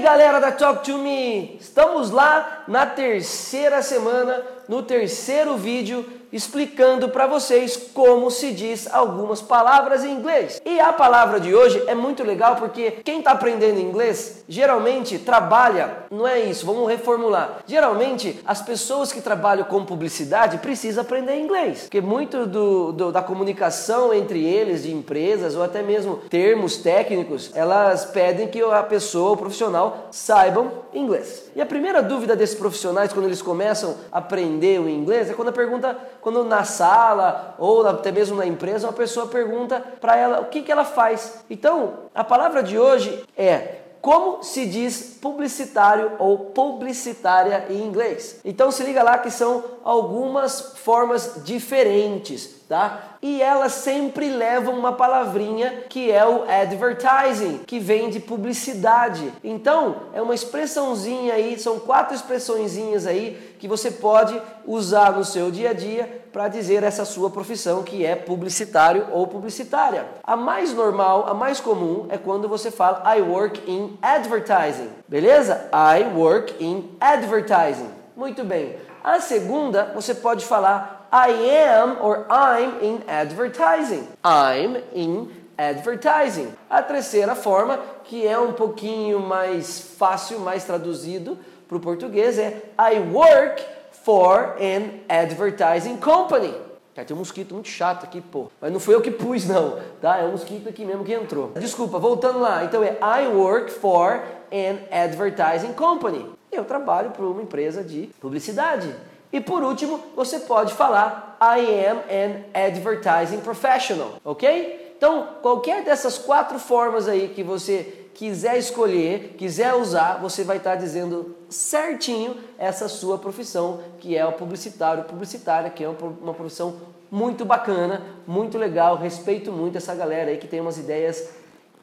galera da Talk to Me, estamos lá na terceira semana, no terceiro vídeo, explicando para vocês como se diz algumas palavras em inglês. E a palavra de hoje é muito legal porque quem está aprendendo inglês geralmente trabalha, não é isso, vamos reformular. Geralmente as pessoas que trabalham com publicidade precisam aprender inglês, porque muito da comunicação entre eles, de empresas ou até mesmo termos técnicos, elas pedem que a pessoa, o profissional, saibam inglês. E a primeira dúvida desses profissionais quando eles começam a aprender o inglês é quando na sala ou até mesmo na empresa uma pessoa pergunta para ela o que ela faz. Então, a palavra de hoje é como se diz publicitário ou publicitária em inglês. Então se liga lá que são algumas formas diferentes, tá? E elas sempre levam uma palavrinha que é o advertising, que vem de publicidade. Então é uma expressãozinha aí, são 4 expressõezinhas aí que você pode usar no seu dia a dia para dizer essa sua profissão que é publicitário ou publicitária. A mais normal, a mais comum é quando você fala I work in advertising, beleza? I work in advertising. Muito bem. A segunda, você pode falar I am or I'm in advertising. I'm in advertising. A terceira forma, que é um pouquinho mais fácil, mais traduzido para o português, é I work for an advertising company. Tem um mosquito muito chato aqui, pô. Mas não foi eu que pus, não, tá? É um mosquito aqui mesmo que entrou. Desculpa, voltando lá. Então é I work for an advertising company. Eu trabalho para uma empresa de publicidade. E por último, você pode falar I am an advertising professional, ok? Então, qualquer dessas 4 formas aí que você quiser escolher, quiser usar, você vai estar dizendo certinho essa sua profissão, que é o publicitário, publicitária, que é uma profissão muito bacana, muito legal. Respeito muito essa galera aí que tem umas ideias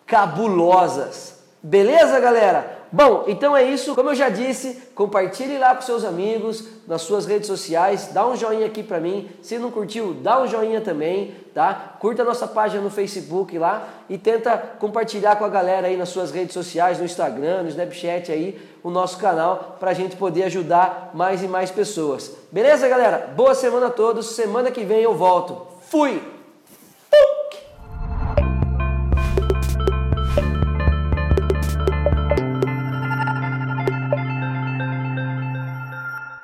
cabulosas. Beleza, galera? Bom, então é isso. Como eu já disse, compartilhe lá com seus amigos, nas suas redes sociais, dá um joinha aqui pra mim. Se não curtiu, dá um joinha também, tá? Curta a nossa página no Facebook lá e tenta compartilhar com a galera aí nas suas redes sociais, no Instagram, no Snapchat aí, o nosso canal, pra gente poder ajudar mais e mais pessoas. Beleza, galera? Boa semana a todos. Semana que vem eu volto. Fui!